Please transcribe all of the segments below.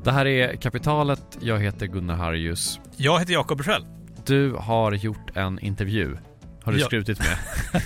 Det här är Kapitalet, jag heter Gunnar Harjus. Jag heter Jakob Bursell. Du har gjort en intervju. Har du skrutit med?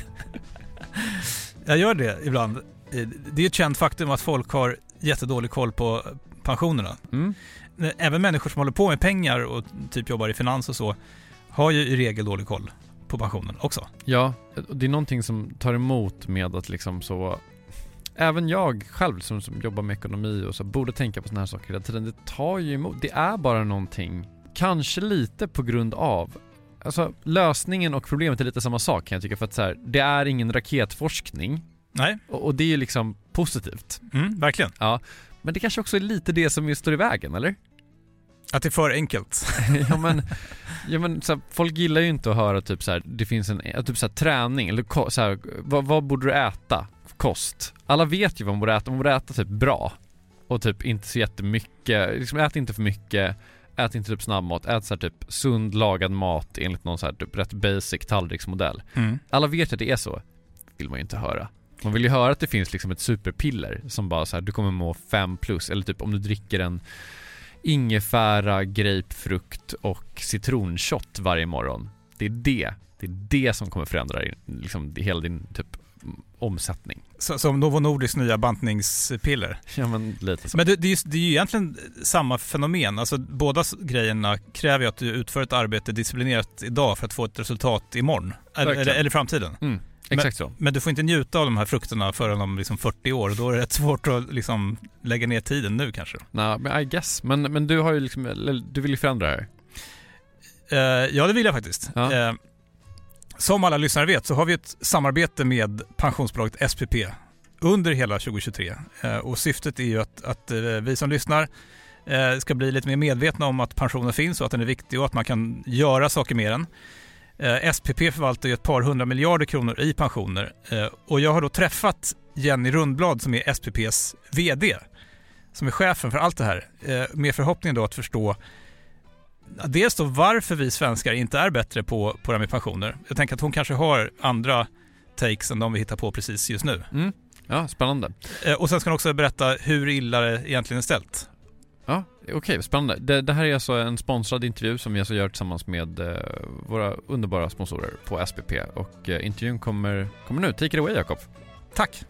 Jag gör det ibland. Det är ett känt faktum att folk har jättedålig koll på pensionerna. Mm. Även människor som håller på med pengar och typ jobbar i finans och så har ju i regel dålig koll på pensionen också. Ja, det är någonting som tar emot med att liksom så... Även jag själv som jobbar med ekonomi och så borde tänka på såna här saker hela tiden. Det tar ju emot. Det är bara någonting, kanske lite på grund av... Alltså lösningen och problemet är lite samma sak kan jag tycka, för att så här, det är ingen raketforskning. Nej. Och det är ju liksom positivt. Verkligen. Ja, men det kanske också är lite det som står i vägen, eller? Att det är för enkelt. ja men så här, folk gillar ju inte att höra typ så här, det finns en typ så här, träning eller så här, vad borde du äta? Kost. Alla vet ju vad man borde äta. Man borde äta typ bra och typ inte så jättemycket. Liksom ät inte för mycket. Ät inte typ snabbmat. Ät så här typ sund lagad mat enligt någon så här typ rätt basic tallriksmodell. Alla vet att det är så. Vill man ju inte höra. Man vill ju höra att det finns liksom ett superpiller som bara så här, du kommer må 5+, eller typ om du dricker en ingefära, grapefrukt och citronshot varje morgon. Det är det som kommer förändra liksom hela din typ omsättning. Som Novo Nordisks nya bantningspiller. Ja, men lite så. Men det är ju egentligen samma fenomen. Alltså båda grejerna kräver ju att du utför ett arbete disciplinerat idag för att få ett resultat imorgon. Eller i framtiden. Exakt så. Men du får inte njuta av de här frukterna förrän om liksom 40 år. Då är det rätt svårt att liksom lägga ner tiden nu kanske. Nej, men I guess. Men du har ju liksom, du vill ju förändra det här. Ja, det vill jag faktiskt. Ja. Som alla lyssnare vet så har vi ett samarbete med pensionsbolaget SPP under hela 2023. Och syftet är ju att vi som lyssnar ska bli lite mer medvetna om att pensionen finns och att den är viktig och att man kan göra saker med den. SPP förvaltar ju ett par 100 miljarder kronor i pensioner. Och jag har då träffat Jenny Rundblad som är SPPs vd, som är chefen för allt det här. Med förhoppning då att förstå dels då varför vi svenskar inte är bättre på det här med pensioner. Jag tänker att hon kanske har andra takes än de vi hittar på precis just nu. Ja, spännande. Och sen ska hon också berätta hur illa det egentligen är ställt. Ja, okej, spännande. Det här är alltså en sponsrad intervju som vi alltså gör tillsammans med våra underbara sponsorer på SPP. Och intervjun kommer nu. Take it away, Jakob. Tack.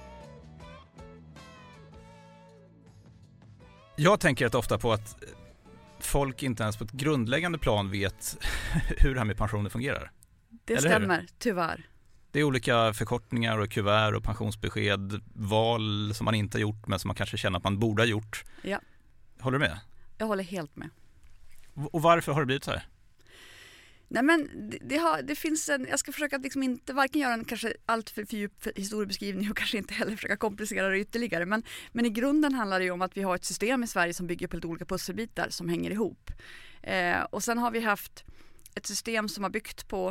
Jag tänker rätt ofta på att folk inte ens på ett grundläggande plan vet hur det här med pensioner fungerar. Det stämmer, tyvärr. Det är olika förkortningar och kuvert och pensionsbesked, val som man inte har gjort men som man kanske känner att man borde ha gjort. Ja. Håller du med? Jag håller helt med. Och varför har det blivit så här? Nej, men det finns jag ska försöka liksom inte varken göra en kanske allt för djup historiebeskrivning och kanske inte heller försöka komplicera det ytterligare. Men i grunden handlar det ju om att vi har ett system i Sverige som bygger på lite olika pusselbitar som hänger ihop. Och sen har vi haft ett system som har byggt på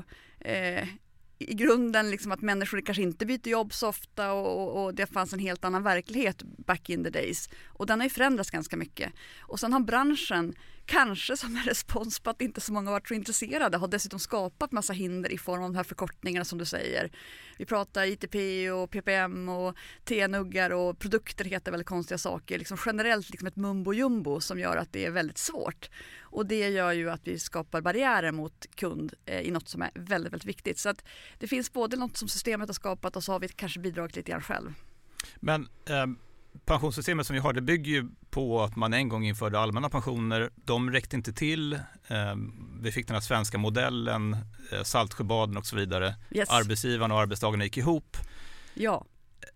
i grunden liksom att människor kanske inte byter jobb så ofta och det fanns en helt annan verklighet back in the days. Och den har ju förändrats ganska mycket. Och sen har branschen, kanske som en respons på att inte så många har varit så intresserade, har dessutom skapat massa hinder i form av de här förkortningarna som du säger. Vi pratar ITP och PPM och T-nuggar och produkter heter väldigt konstiga saker. Liksom generellt liksom ett mumbo jumbo som gör att det är väldigt svårt. Och det gör ju att vi skapar barriärer mot kund i något som är väldigt, väldigt viktigt. Så att det finns både något som systemet har skapat och så har vi kanske bidragit lite grann själv. Men pensionssystemet som vi har, det bygger ju på att man en gång införde allmänna pensioner. De räckte inte till. Vi fick den här svenska modellen, Saltsjöbaden och så vidare. Yes. Arbetsgivarna och arbetstagarna gick ihop. Ja.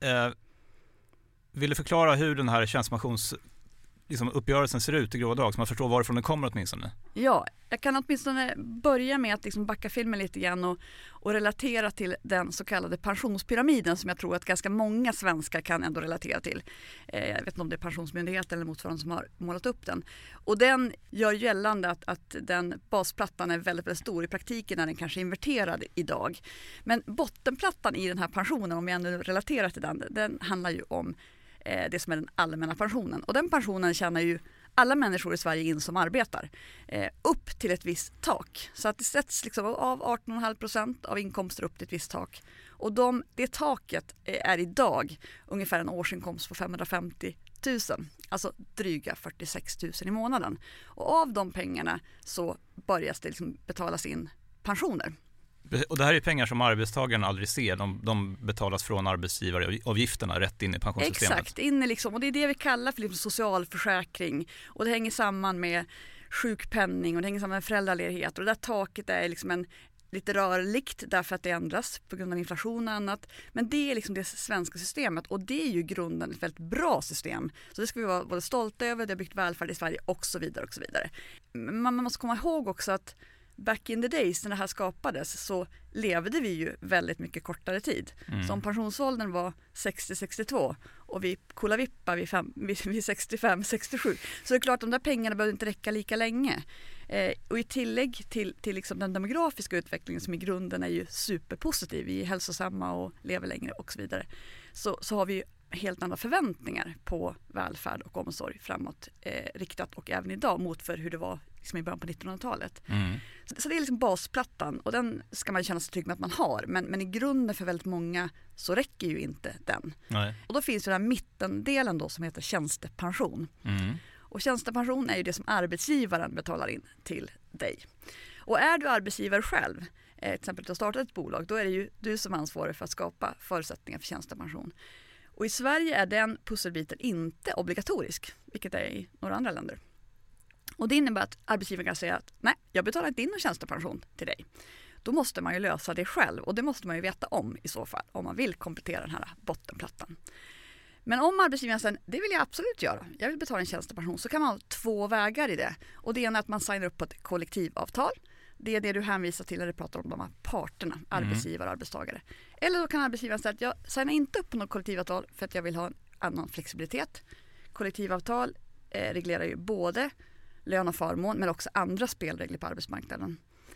Vill du förklara hur den här tjänstepensions liksom uppgörelsen ser ut i grova drag så man förstår varifrån den kommer åtminstone? Ja, jag kan åtminstone börja med att liksom backa filmen lite grann och relatera till den så kallade pensionspyramiden som jag tror att ganska många svenskar kan ändå relatera till. Jag vet inte om det är Pensionsmyndigheten eller motsvarande som har målat upp den. Och den gör gällande att den basplattan är väldigt, väldigt stor. I praktiken är den kanske inverterad idag. Men bottenplattan i den här pensionen, om jag nu relaterar till den handlar ju om det som är den allmänna pensionen. Och den pensionen tjänar ju alla människor i Sverige in som arbetar upp till ett visst tak. Så att det sätts liksom av 18,5% av inkomster upp till ett visst tak. Och det taket är idag ungefär en årsinkomst på 550 000, alltså dryga 46 000 i månaden. Och av de pengarna så börjar det liksom betalas in pensioner. Och det här är pengar som arbetstagarna aldrig ser. De betalas från arbetsgivaravgifterna rätt in i pensionssystemet. Exakt, in i liksom, och det är det vi kallar för liksom socialförsäkring. Och det hänger samman med sjukpenning och det hänger samman med föräldraledighet. Och det där taket är liksom lite rörligt därför att det ändras på grund av inflation och annat. Men det är liksom det svenska systemet och det är ju grunden ett väldigt bra system. Så det ska vi vara både stolta över, det har byggt välfärd i Sverige och så vidare och så vidare. Man måste komma ihåg också att back in the days när det här skapades så levde vi ju väldigt mycket kortare tid. Så om pensionsåldern var 60-62 och vi kolavippa vid 65-67 så är det klart att de där pengarna behöver inte räcka lika länge. Och i tillägg till liksom den demografiska utvecklingen som i grunden är ju superpositiv, vi är hälsosamma och lever längre och så vidare, så har vi ju helt andra förväntningar på välfärd och omsorg framåt riktat och även idag mot för hur det var liksom i början på 1900-talet. Så det är liksom basplattan och den ska man känna sig trygg med att man har, men i grunden för väldigt många så räcker ju inte den. Nej. Och då finns ju den här mittendelen då som heter tjänstepension. Och tjänstepension är ju det som arbetsgivaren betalar in till dig. Och är du arbetsgivare själv, till exempel att du har startat ett bolag, då är det ju du som ansvarar för att skapa förutsättningar för tjänstepension. Och i Sverige är den pusselbiten inte obligatorisk, vilket är i några andra länder. Och det innebär att arbetsgivaren kan säga att nej, jag betalar inte in någon tjänstepension till dig. Då måste man ju lösa det själv och det måste man ju veta om i så fall, om man vill komplettera den här bottenplattan. Men om arbetsgivaren säger, det vill jag absolut göra, jag vill betala en tjänstepension, så kan man ha två vägar i det. Och det ena är att man signar upp på ett kollektivavtal. Det är det du hänvisar till när du pratar om de här parterna, arbetsgivare och arbetstagare. Eller då kan arbetsgivaren säga att jag signar inte upp på något kollektivavtal för att jag vill ha en annan flexibilitet. Kollektivavtal reglerar ju både lön och förmån men också andra spelregler på arbetsmarknaden.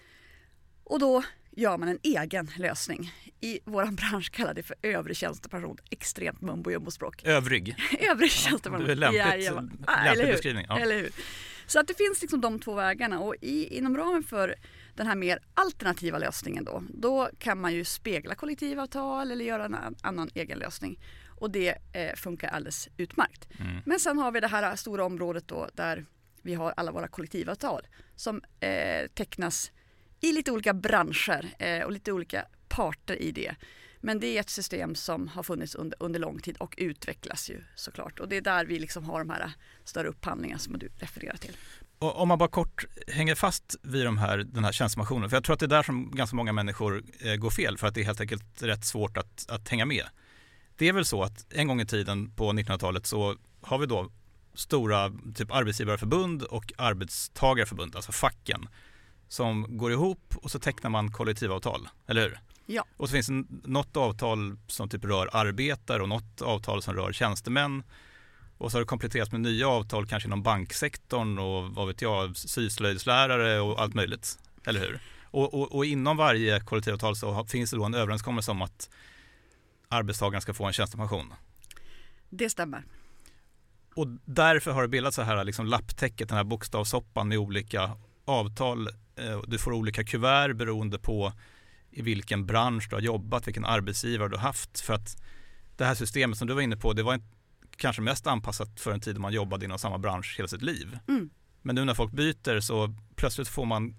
Och då gör man en egen lösning. I vår bransch kallar det för övrig tjänstepension. Extremt mumbo-jumbo-språk. Övrig tjänstepension. Det är lämplig beskrivning. Ja. Eller hur? Så att det finns liksom de två vägarna och inom ramen för den här mer alternativa lösningen då kan man ju spegla kollektivavtal eller göra en annan egen lösning. Och det funkar alldeles utmärkt. Men sen har vi det här stora området då där vi har alla våra kollektivavtal som tecknas i lite olika branscher och lite olika parter i det. Men det är ett system som har funnits under lång tid och utvecklas ju såklart. Och det är där vi liksom har de här större upphandlingarna som du refererar till. Och om man bara kort hänger fast vid den här tjänstepensionen, för jag tror att det är där som ganska många människor går fel, för att det är helt enkelt rätt svårt att hänga med. Det är väl så att en gång i tiden på 1900-talet så har vi då stora typ arbetsgivarförbund och arbetstagarförbund, alltså facken, som går ihop och så tecknar man kollektivavtal, eller hur? Ja. Och så finns det något avtal som typ rör arbetare och något avtal som rör tjänstemän. Och så har det kompletterats med nya avtal kanske inom banksektorn och vad vet jag, syslöjdslärare och allt möjligt, eller hur? Och inom varje kollektivavtal så finns det då en överenskommelse om att arbetstagarna ska få en tjänstepension. Det stämmer. Och därför har det bildats så här liksom lapptäcket, den här bokstavssoppan med olika avtal. Du får olika kuvert beroende på i vilken bransch du har jobbat, vilken arbetsgivare du har haft. För att det här systemet som du var inne på, det var kanske mest anpassat för en tid då man jobbade inom samma bransch hela sitt liv. Men nu när folk byter så plötsligt får man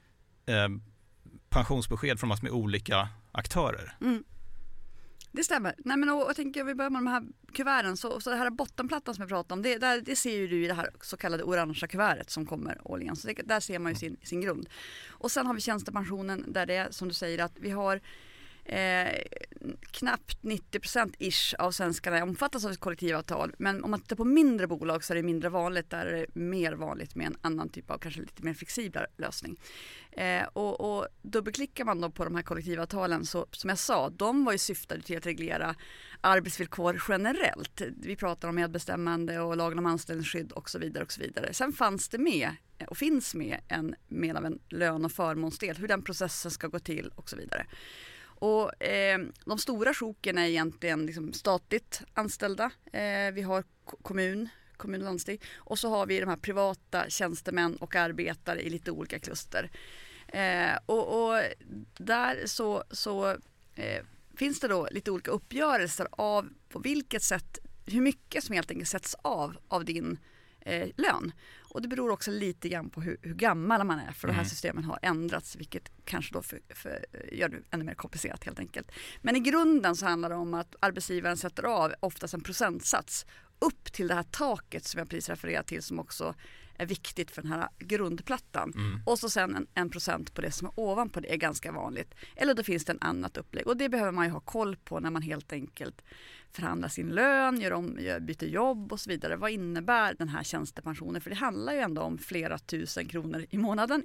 pensionsbesked från massor med olika aktörer. Det stämmer. Nej, men jag tänker vi börjar med de här kuverten. Så det här bottenplattan som jag pratade om, det ser ju du i det här så kallade orangea kuvertet som kommer årligen. Så där ser man ju sin grund. Och sen har vi tjänstepensionen där det är som du säger att vi har knappt 90% av svenskarna omfattas av ett kollektivavtal. Men om man tittar på mindre bolag så är det mindre vanligt. Där är det mer vanligt med en annan typ av kanske lite mer flexibla lösning. Och dubbelklickar man då på de här kollektivavtalen så som jag sa, de var ju syftade till att reglera arbetsvillkor generellt. Vi pratar om medbestämmande och lagen om anställningsskydd och så vidare och så vidare. Sen fanns det med och finns med mer av en lön- och förmånsdel, hur den processen ska gå till och så vidare. Och de stora sjoken är egentligen liksom statligt anställda. Vi har kommun och landsting. Och så har vi de här privata tjänstemän och arbetare i lite olika kluster. Och där så finns det då lite olika uppgörelser av på vilket sätt hur mycket som helt enkelt sätts av din lön. Och det beror också lite grann på hur gammal man är, för de här systemen har ändrats, vilket kanske då gör det ännu mer komplicerat helt enkelt. Men i grunden så handlar det om att arbetsgivaren sätter av oftast en procentsats upp till det här taket som jag precis refererar till, som också är viktigt för den här grundplattan. Och så sen en procent på det som är ovanpå, det är ganska vanligt. Eller då finns det en annat upplägg, och det behöver man ju ha koll på när man helt enkelt förhandlar sin lön, byter jobb och så vidare. Vad innebär den här tjänstepensionen? För det handlar ju ändå om flera tusen kronor i månaden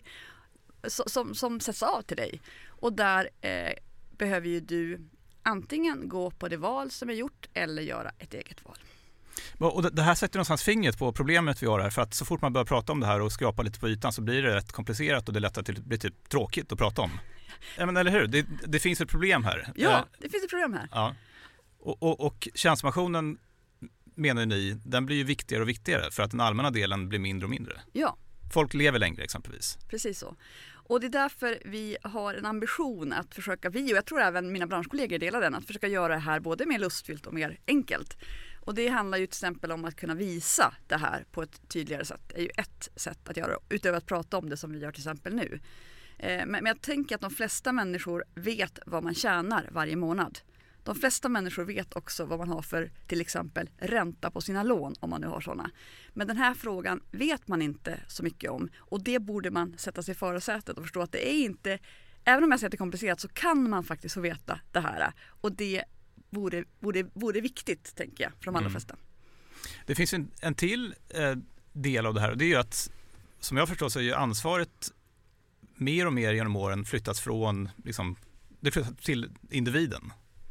som sätts av till dig. Och där behöver ju du antingen gå på det val som är gjort eller göra ett eget val. Och det här sätter någonstans fingret på problemet vi har här, för att så fort man börjar prata om det här och skrapa lite på ytan så blir det rätt komplicerat och det är lätt att det blir typ tråkigt att prata om. Ja, men eller hur? Det finns ett problem här. Ja, det finns ett problem här. Ja. Och tjänstepensionen, menar ni, den blir ju viktigare och viktigare för att den allmänna delen blir mindre och mindre. Ja. Folk lever längre exempelvis. Precis så. Och det är därför vi har en ambition att försöka, och jag tror även mina branschkollegor delar den, att försöka göra det här både mer lustfyllt och mer enkelt. Och det handlar ju till exempel om att kunna visa det här på ett tydligare sätt. Det är ju ett sätt att göra det, utöver att prata om det som vi gör till exempel nu. Men jag tänker att de flesta människor vet vad man tjänar varje månad. De flesta människor vet också vad man har för till exempel ränta på sina lån, om man nu har sådana. Men den här frågan vet man inte så mycket om, och det borde man sätta sig i förarsätet och förstå att det är inte, även om jag säger att det är komplicerat, så kan man faktiskt få veta det här, och det vore viktigt, tänker jag, för de allra flesta. Det finns en till del av det här, och det är ju att, som jag förstår så är ju ansvaret mer och mer genom åren flyttats från det flyttas till individen.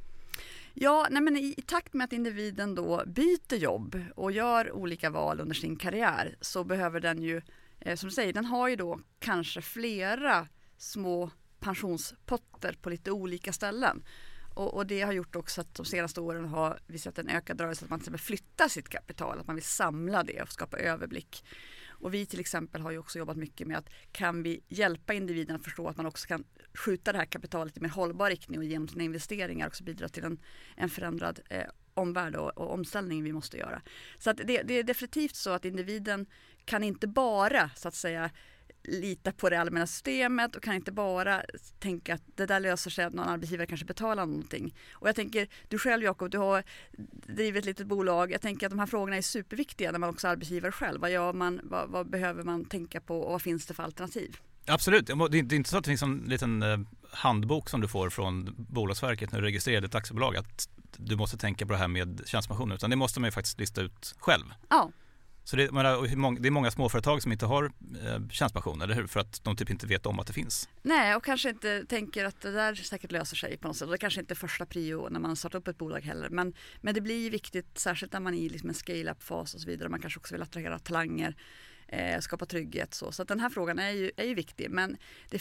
Ja, men i takt med att individen då byter jobb och gör olika val under sin karriär, så behöver den ju, som du säger, den har ju då kanske flera små pensionspotter på lite olika ställen. Och det har gjort också att de senaste åren har vi sett en ökad rörelse att man till exempel flyttar sitt kapital, att man vill samla det och skapa överblick. Och vi till exempel har ju också jobbat mycket med att kan vi hjälpa individen att förstå att man också kan skjuta det här kapitalet i mer hållbar riktning och genom sina investeringar också bidra till en förändrad omvärld och omställning vi måste göra. Så att det är definitivt så att individen kan inte bara, så att säga, lita på det allmänna systemet och kan inte bara tänka att det där löser sig, att någon arbetsgivare kanske betalar någonting. Och jag tänker, du själv Jakob, du har drivit ett litet bolag. Jag tänker att de här frågorna är superviktiga när man också är arbetsgivare själv. Vad gör man, vad behöver man tänka på och vad finns det för alternativ? Absolut, det är inte så att det finns en liten handbok som du får från Bolagsverket när du registrerar ett aktiebolag att du måste tänka på det här med tjänstepension, utan det måste man ju faktiskt lista ut själv. Ja. Så det är många småföretag som inte har tjänstepension, eller hur? För att de typ inte vet om att det finns. Nej, och kanske inte tänker att det där säkert löser sig på något sätt. Det kanske inte är första prio när man startar upp ett bolag heller. Men det blir viktigt, särskilt när man är i en scale-up-fas och så vidare. Man kanske också vill attrahera talanger, skapa trygghet. Så att den här frågan är ju viktig. Men det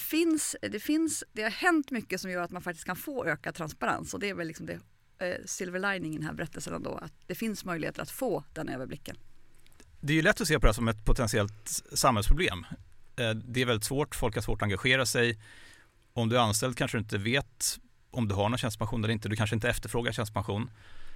har hänt mycket som gör att man faktiskt kan få ökad transparens. Och det är väl liksom det silver lining i den här berättelsen ändå. Att det finns möjligheter att få den överblicken. Det är ju lätt att se på det som ett potentiellt samhällsproblem. Det är väldigt svårt, folk har svårt att engagera sig. Om du är anställd kanske du inte vet om du har någon tjänstepension eller inte. Du kanske inte efterfrågar tjänstepension.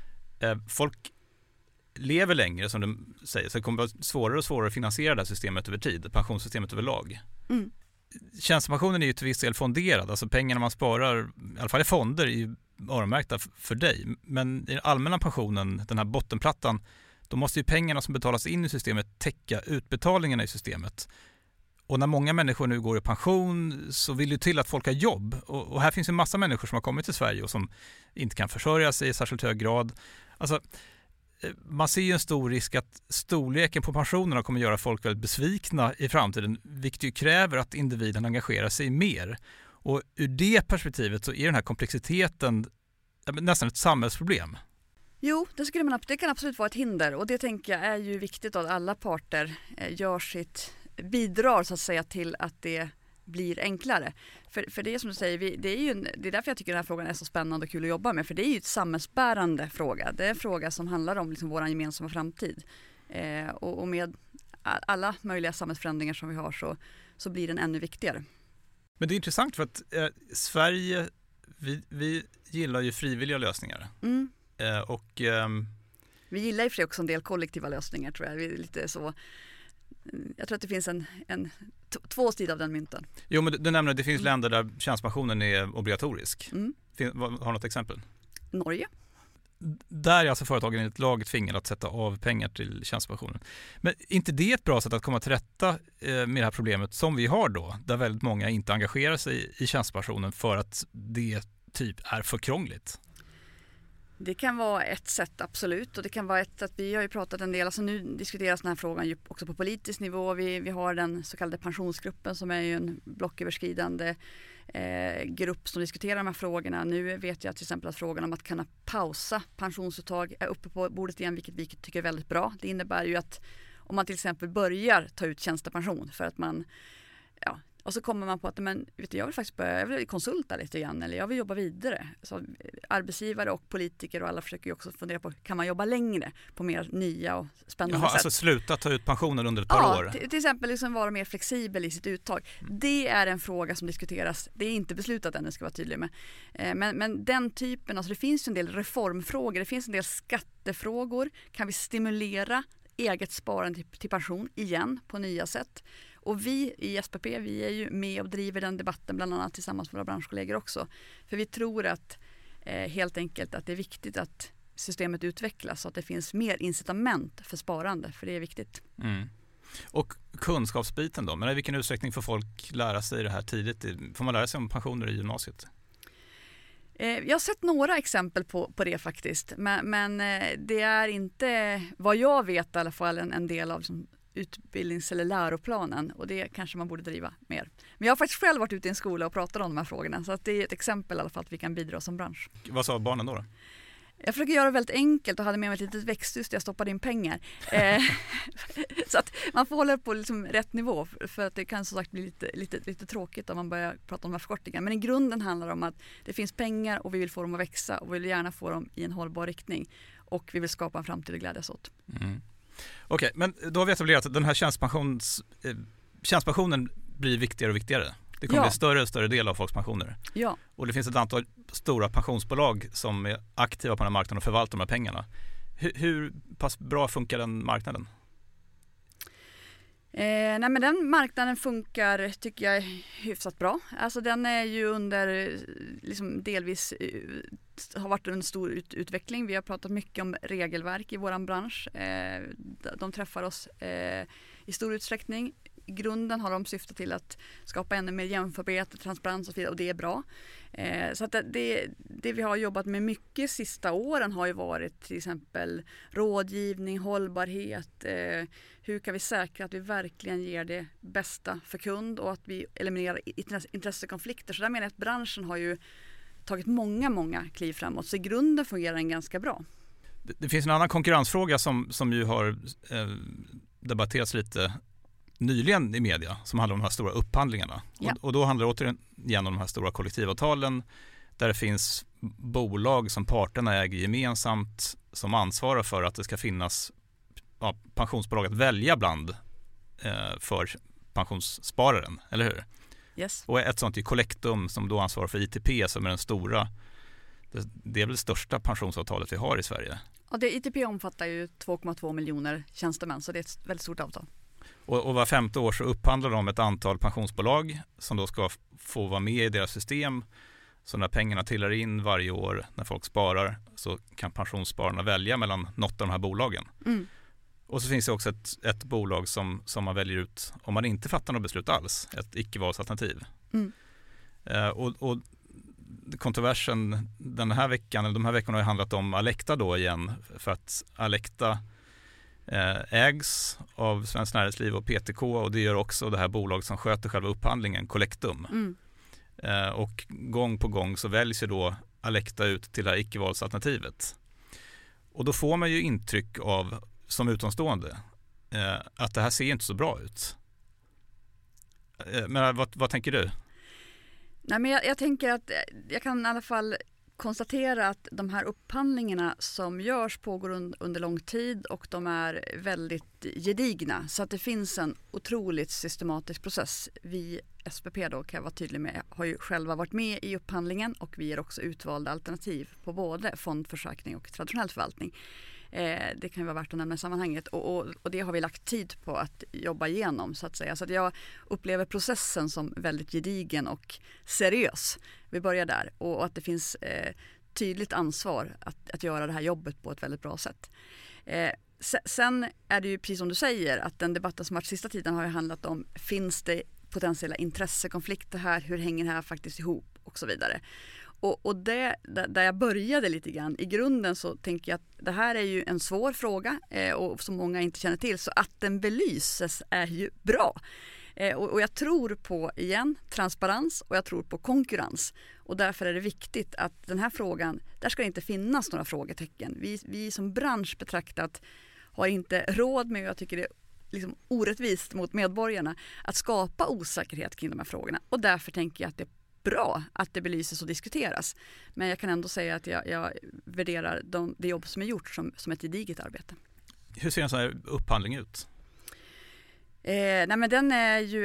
Folk lever längre, som du säger, så det kommer att vara svårare och svårare att finansiera det här systemet över tid, pensionssystemet överlag. Mm. Tjänstepensionen är ju till viss del fonderad, alltså pengarna man sparar, i alla fall i fonder, är ju öronmärkta för dig. Men i den allmänna pensionen, den här bottenplattan, då måste ju pengarna som betalas in i systemet täcka utbetalningarna i systemet. Och när många människor nu går i pension så vill det till att folk har jobb. Och här finns en massa människor som har kommit till Sverige och som inte kan försörja sig i särskilt hög grad. Alltså, man ser ju en stor risk att storleken på pensionerna kommer göra folk väldigt besvikna i framtiden, vilket ju kräver att individen engagerar sig mer. Och ur det perspektivet så är den här komplexiteten nästan ett samhällsproblem. Jo, det kan absolut vara ett hinder, och det tänker jag är ju viktigt att alla parter bidrar så att säga till att det blir enklare. För det är som du säger, det är därför jag tycker den här frågan är så spännande och kul att jobba med, för det är ju ett samhällsbärande fråga. Det är en fråga som handlar om liksom vår gemensamma framtid. Och med alla möjliga samhällsförändringar som vi har så blir den ännu viktigare. Men det är intressant för att Sverige, vi gillar ju frivilliga lösningar. Mm. Och Vi gillar i och för sig också en del kollektiva lösningar, tror jag. Vi är lite så, jag tror att det finns två sidor av den mynten. Jo, men du nämner att det finns länder där tjänstepensionen är obligatorisk. Har du något exempel? Norge. Där är alltså företagen enligt lag tvingade att sätta av pengar till tjänstepensionen. Men inte det ett bra sätt att komma till rätta med det här problemet som vi har då, där väldigt många inte engagerar sig i tjänstepensionen för att det typ är för krångligt? Det kan vara ett sätt, absolut. Och det kan vara ett sätt, vi har ju pratat en del, alltså nu diskuteras den här frågan ju också på politisk nivå. Vi har den så kallade pensionsgruppen som är ju en blocköverskridande grupp som diskuterar de här frågorna. Nu vet jag till exempel att frågan om att kunna pausa pensionsuttag är uppe på bordet igen, vilket vi tycker är väldigt bra. Det innebär ju att om man till exempel börjar ta ut tjänstepension för att man, ja, och så kommer man på att men, vet du, jag vill konsulta lite grann eller jag vill jobba vidare. Så arbetsgivare och politiker och alla försöker ju också fundera på, kan man jobba längre på mer nya och spännande sätt? Alltså sluta ta ut pensionen under ett par år? Till exempel liksom vara mer flexibel i sitt uttag. Det är en fråga som diskuteras. Det är inte beslutat än, det ska vara tydlig med. Men den typen, alltså det finns ju en del reformfrågor, det finns en del skattefrågor. Kan vi stimulera eget sparande till pension igen på nya sätt? Och vi i SPP, vi är ju med och driver den debatten bland annat tillsammans med våra branschkollegor också. För vi tror att helt enkelt att det är viktigt att systemet utvecklas så att det finns mer incitament för sparande, för det är viktigt. Och kunskapsbiten då, men i vilken utsträckning får folk lära sig det här tidigt? Får man lära sig om pensioner i gymnasiet? Jag har sett några exempel på det faktiskt, men det är inte vad jag vet i alla fall en del av utbildnings- eller läroplanen, och det kanske man borde driva mer. Men jag har faktiskt själv varit ute i en skola och pratat om de här frågorna, så att det är ett exempel i alla fall att vi kan bidra som bransch. Vad sa barnen då? Jag försöker göra det väldigt enkelt och hade med mig ett litet växthus där jag stoppade in pengar. Så att man får hålla på liksom rätt nivå, för att det kan som sagt bli lite tråkigt om man börjar prata om de här förkortningarna. Men i grunden handlar det om att det finns pengar och vi vill få dem att växa och vi vill gärna få dem i en hållbar riktning. Och vi vill skapa en framtid att glädjas åt. Okej, men då har vi etablerat att den här tjänstepensionen blir viktigare och viktigare. Det kommer bli större och större del av folks pensioner. Ja. Och det finns ett antal stora pensionsbolag som är aktiva på den här marknaden och förvaltar de här pengarna. Hur pass bra funkar den marknaden? Nej, men den marknaden funkar, tycker jag, hyfsat bra. Alltså den är ju under, liksom delvis har varit en stor utveckling. Vi har pratat mycket om regelverk i våran bransch. De träffar oss i stor utsträckning. I grunden har de syftat till att skapa ännu mer jämförbarhet, transparens och så vidare, och det är bra. Så att det vi har jobbat med mycket sista åren har ju varit till exempel rådgivning, hållbarhet, hur kan vi säkra att vi verkligen ger det bästa för kund och att vi eliminerar intressekonflikter. Så där menar jag att branschen har ju tagit många kliv framåt, så i grunden fungerar den ganska bra. Det finns en annan konkurrensfråga som ju har debatterats lite nyligen i media, som handlar om de här stora upphandlingarna. Ja. Och då handlar det återigen om de här stora kollektivavtalen där det finns bolag som parterna äger gemensamt som ansvarar för att det ska finnas pensionsbolag att välja bland för pensionsspararen, eller hur? Yes. Och ett sånt är Collectum som då ansvarar för ITP som är det är väl det största pensionsavtalet vi har i Sverige. Ja, ITP omfattar ju 2,2 miljoner tjänstemän, så det är ett väldigt stort avtal. Och var 5:e år så upphandlar de ett antal pensionsbolag som då ska få vara med i deras system. Så när pengarna trillar in varje år när folk sparar så kan pensionsspararna välja mellan något av de här bolagen. Och så finns det också ett bolag som man väljer ut om man inte fattar något beslut alls. Ett icke-valsalternativ. Och kontroversen den här veckan, eller de här veckorna har handlat om Alecta då igen. För att Alecta ägs av Svenskt Näringsliv och PTK, och det gör också det här bolag som sköter själva upphandlingen, Collectum. Och gång på gång så väljs ju då Alecta ut till det här icke-valsalternativet. Och då får man ju intryck av, som utomstående, att det här ser inte så bra ut. Men vad tänker du? Nej, men jag tänker att jag kan i alla fall konstatera att de här upphandlingarna som görs pågår under lång tid och de är väldigt gedigna, så att det finns en otroligt systematisk process. Vi SPP då, kan jag vara tydlig med, har ju själva varit med i upphandlingen och vi är också utvalda alternativ på både fondförsäkring och traditionell förvaltning. Det kan ju vara värt att nämna i sammanhanget och det har vi lagt tid på att jobba igenom så att säga. Så att jag upplever processen som väldigt gedigen och seriös. Vi börjar där och att det finns tydligt ansvar att göra det här jobbet på ett väldigt bra sätt. Sen är det ju precis som du säger att den debatten som varit sista tiden har ju handlat om finns det potentiella intressekonflikter här, hur hänger det här faktiskt ihop och så vidare. Och det, där jag började lite grann, i grunden så tänker jag att det här är ju en svår fråga och som många inte känner till, så att den belyses är ju bra. Och jag tror på, igen, transparens och jag tror på konkurrens. Och därför är det viktigt att den här frågan, där ska det inte finnas några frågetecken. Vi som bransch betraktat har inte råd med, och jag tycker det är liksom orättvist mot medborgarna, att skapa osäkerhet kring de här frågorna. Och därför tänker jag att det är bra att det belyses och diskuteras. Men jag kan ändå säga att jag värderar det jobb som är gjort som ett gediget arbete. Hur ser en sån här upphandling ut? Nej, men den är ju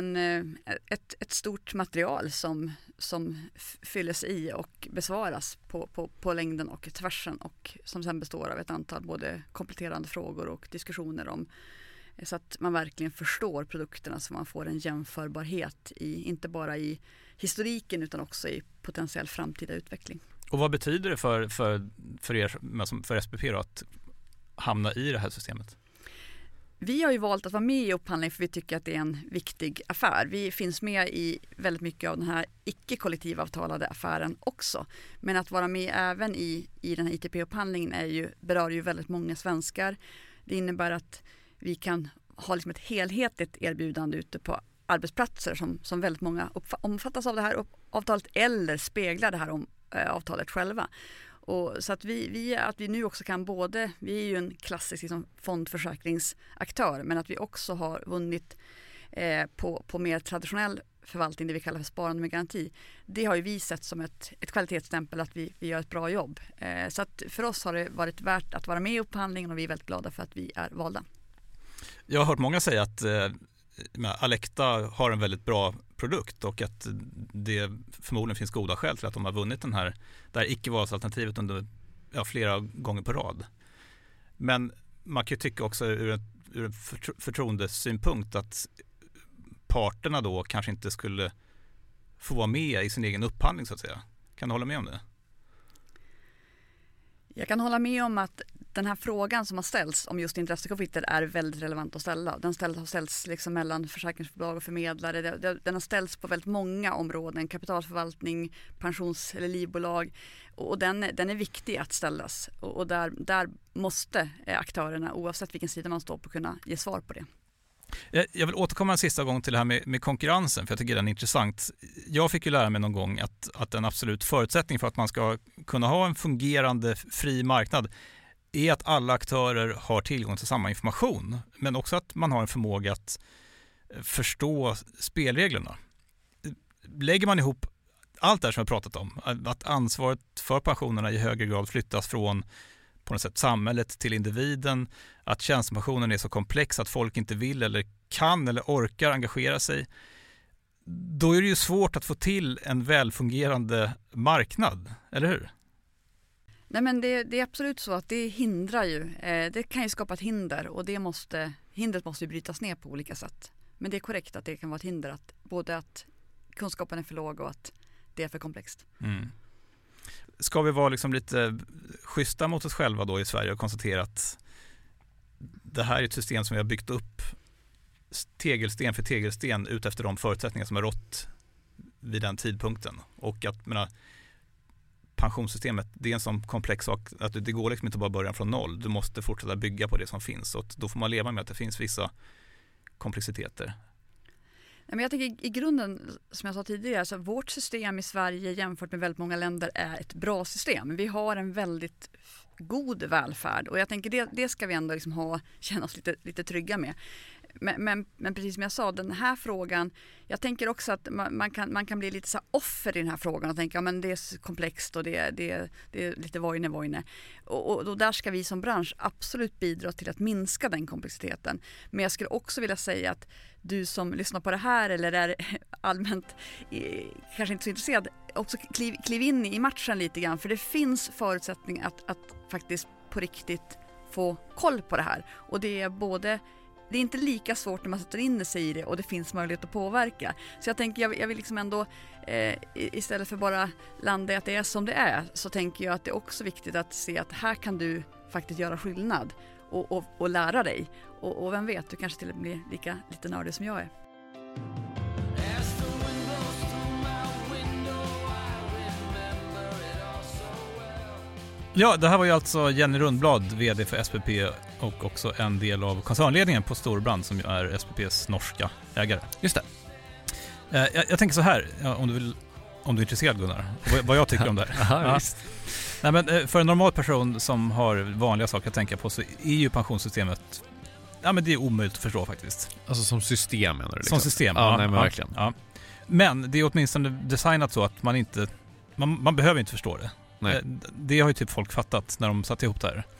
ett stort material som fylls i och besvaras på längden och tvärsen och som sen består av ett antal både kompletterande frågor och diskussioner om, så att man verkligen förstår produkterna, så man får en jämförbarhet inte bara i historiken utan också i potentiell framtida utveckling. Och vad betyder det för er, för SPP då, att hamna i det här systemet? Vi har ju valt att vara med i upphandling för vi tycker att det är en viktig affär. Vi finns med i väldigt mycket av den här icke-kollektivavtalade affären också. Men att vara med även i den här ITP-upphandlingen berör ju väldigt många svenskar. Det innebär att vi kan ha liksom ett helhetligt erbjudande ute på arbetsplatser som väldigt många omfattas av det här avtalet eller speglar det här avtalet själva. Och så att vi nu också kan vi är ju en klassisk liksom fondförsäkringsaktör, men att vi också har vunnit på mer traditionell förvaltning, det vi kallar för sparande med garanti. Det har ju vi sett som ett kvalitetsstämpel att vi gör ett bra jobb. Så att för oss har det varit värt att vara med i upphandlingen och vi är väldigt glada för att vi är valda. Jag har hört många säga att Alecta har en väldigt bra produkt och att det förmodligen finns goda skäl till att de har vunnit det här icke-valsalternativet under flera gånger på rad. Men man kan ju tycka också ur en förtroendesynpunkt att parterna då kanske inte skulle få vara med i sin egen upphandling så att säga. Kan du hålla med om det? Jag kan hålla med om att den här frågan som har ställts om just intressekonflikter är väldigt relevant att ställa. Den har ställts liksom mellan försäkringsbolag och förmedlare. Den har ställts på väldigt många områden. Kapitalförvaltning, pensions- eller livbolag. Och den är viktig att ställas. Och där måste aktörerna, oavsett vilken sida man står på, kunna ge svar på det. Jag vill återkomma en sista gång till det här med konkurrensen, för jag tycker den är intressant. Jag fick ju lära mig någon gång att en absolut förutsättning för att man ska kunna ha en fungerande fri marknad är att alla aktörer har tillgång till samma information, men också att man har en förmåga att förstå spelreglerna. Lägger man ihop allt det här som jag pratat om, att ansvaret för pensionerna i högre grad flyttas från på något sätt samhället till individen, att tjänstepensionen är så komplex att folk inte vill eller kan eller orkar engagera sig, då är det ju svårt att få till en välfungerande marknad, eller hur? Nej, men det är absolut så att det hindrar ju. Det kan ju skapa ett hinder och hindret måste ju brytas ner på olika sätt. Men det är korrekt att det kan vara ett hinder, att både att kunskapen är för låg och att det är för komplext. Mm. Ska vi vara liksom lite schyssta mot oss själva då i Sverige och konstatera att det här är ett system som vi har byggt upp tegelsten för tegelsten ut efter de förutsättningar som har rått vid den tidpunkten, och att pensionssystemet, det är en sån komplex sak att det går liksom inte bara börja från noll. Du måste fortsätta bygga på det som finns, och då får man leva med att det finns vissa komplexiteter. Men jag tycker i grunden, som jag sa tidigare, så vårt system i Sverige jämfört med väldigt många länder är ett bra system. Vi har en väldigt god välfärd och jag tänker det ska vi ändå liksom känna oss lite trygga med. Men precis som jag sa, den här frågan, jag tänker också att man kan bli lite så offer i den här frågan och tänka men det är komplext och det är lite vojne. Och där ska vi som bransch absolut bidra till att minska den komplexiteten. Men jag skulle också vilja säga att du som lyssnar på det här eller är allmänt kanske inte så intresserad, också kliv in i matchen lite grann, för det finns förutsättningar att faktiskt på riktigt få koll på det här. Och det är inte lika svårt när man sätter in sig i det och det finns möjlighet att påverka. Så jag tänker, jag vill liksom ändå istället för bara landa i att det är som det är, så tänker jag att det är också viktigt att se att här kan du faktiskt göra skillnad och lära dig. Och vem vet, du kanske till och med blir lite nördig som jag är. Ja, det här var ju alltså Jenny Rundblad, vd för SPP och också en del av koncernledningen på Storebrand som ju är SPPs norska ägare. Just det. Jag tänker så här, om du är intresserad Gunnar, vad jag tycker om det här. Aha, visst. Nej, men för en normal person som har vanliga saker att tänka på så är ju pensionssystemet, ja men det är omöjligt att förstå faktiskt. Alltså som system menar du? Liksom. Som system, ja. Nej, men verkligen. Ja. Men det är åtminstone designat så att man behöver inte förstå det. Nej. Det har ju typ folk fattat när de satt ihop det här.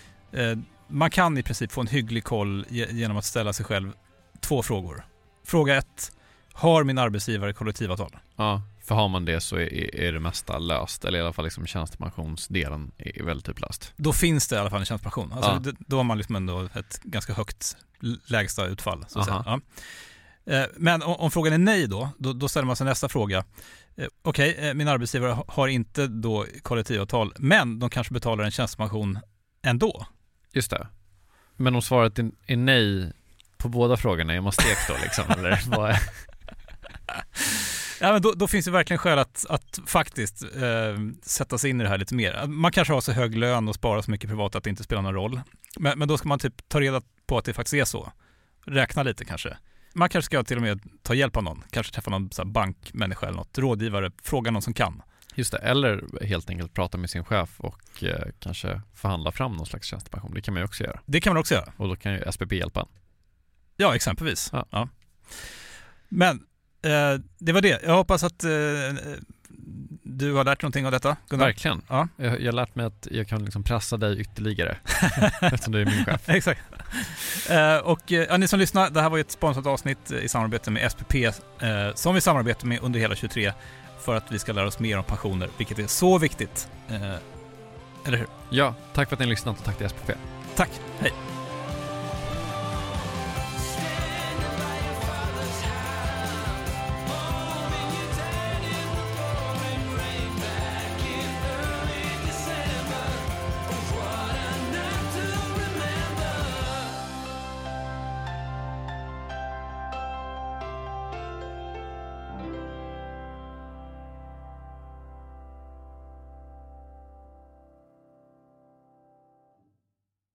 Man kan i princip få en hygglig koll genom att ställa sig själv 2 frågor. Fråga 1. Har min arbetsgivare kollektivavtal? Ja, för har man det så är det mesta löst. Eller i alla fall liksom tjänstepensionsdelen är väldigt typ löst. Då finns det i alla fall en tjänstepension. Alltså då har man liksom ändå ett ganska högt lägsta utfall. Så att säga. Ja. Men om frågan är nej då ställer man sig nästa fråga. Okej, min arbetsgivare har inte då kollektivavtal, men de kanske betalar en tjänstepension ändå. Just det. Men om svaret är nej på båda frågorna, är man stekt då liksom? Eller vad är... Ja, men då finns det verkligen skäl att faktiskt sätta sig in i det här lite mer. Man kanske har så hög lön och sparar så mycket privat att det inte spelar någon roll. Men då ska man typ ta reda på att det faktiskt är så. Räkna lite kanske. Man kanske ska till och med ta hjälp av någon. Kanske träffa någon så här bankmänniska eller något. Rådgivare. Fråga någon som kan. Just det. Eller helt enkelt prata med sin chef och kanske förhandla fram någon slags tjänstepension. Det kan man ju också göra. Det kan man också göra. Och då kan ju SPP hjälpa en. Ja, exempelvis. Ja. Men det var det. Jag hoppas att du har lärt någonting av detta, Gunnar. Verkligen. Ja. Jag har lärt mig att jag kan liksom pressa dig ytterligare eftersom du är min chef. Exakt. Och ni som lyssnar, det här var ju ett sponsrat avsnitt i samarbete med SPP som vi samarbetar med under hela 23 för att vi ska lära oss mer om pensioner, vilket är så viktigt. Eller hur? Ja, tack för att ni har lyssnat och tack till SPP. Tack.